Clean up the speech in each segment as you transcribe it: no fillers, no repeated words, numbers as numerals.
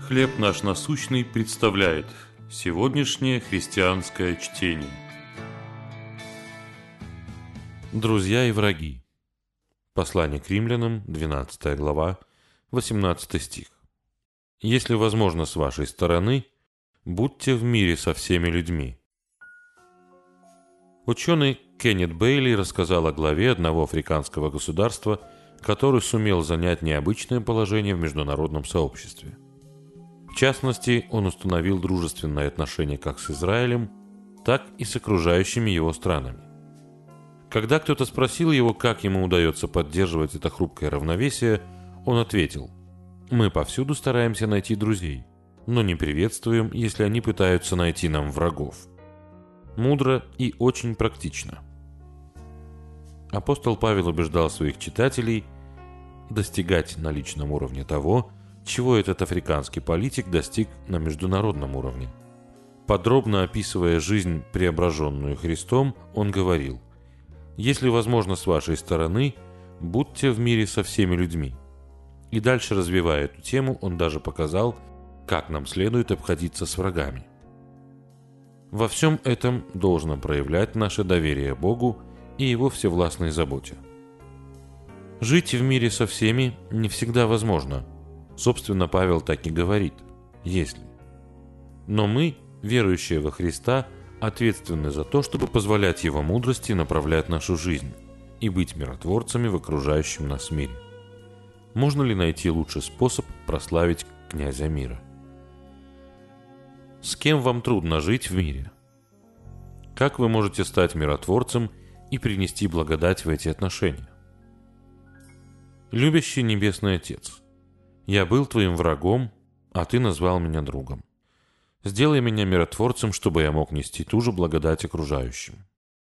«Хлеб наш насущный» представляет сегодняшнее христианское чтение. Друзья и враги. Послание к римлянам, 12 глава, 18 стих. «Если возможно с вашей стороны, будьте в мире со всеми людьми». Ученый Кеннет Бейли рассказал о главе одного африканского государства, который сумел занять необычное положение в международном сообществе. В частности, он установил дружественные отношения как с Израилем, так и с окружающими его странами. Когда кто-то спросил его, как ему удается поддерживать это хрупкое равновесие, он ответил: «Мы повсюду стараемся найти друзей, но не приветствуем, если они пытаются найти нам врагов». Мудро и очень практично. Апостол Павел убеждал своих читателей достигать на личном уровне того, чего этот африканский политик достиг на международном уровне. Подробно описывая жизнь, преображенную Христом, он говорил: «Если возможно с вашей стороны, будьте в мире со всеми людьми». И дальше, развивая эту тему, он даже показал, как нам следует обходиться с врагами. Во всем этом должно проявлять наше доверие Богу и Его всевластной заботе. Жить в мире со всеми не всегда возможно. Собственно, Павел так и говорит: «если». Но мы, верующие во Христа, ответственны за то, чтобы позволять Его мудрости направлять нашу жизнь и быть миротворцами в окружающем нас мире. Можно ли найти лучший способ прославить князя мира? С кем вам трудно жить в мире? Как вы можете стать миротворцем и принести благодать в эти отношения? Любящий Небесный Отец, я был твоим врагом, а ты назвал меня другом. Сделай меня миротворцем, чтобы я мог нести ту же благодать окружающим.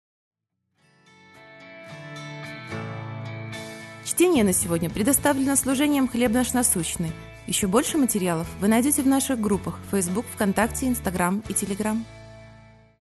Чтение на сегодня предоставлено служением «Хлеб наш насущный». Еще больше материалов вы найдете в наших группах Facebook, ВКонтакте, Instagram и Telegram.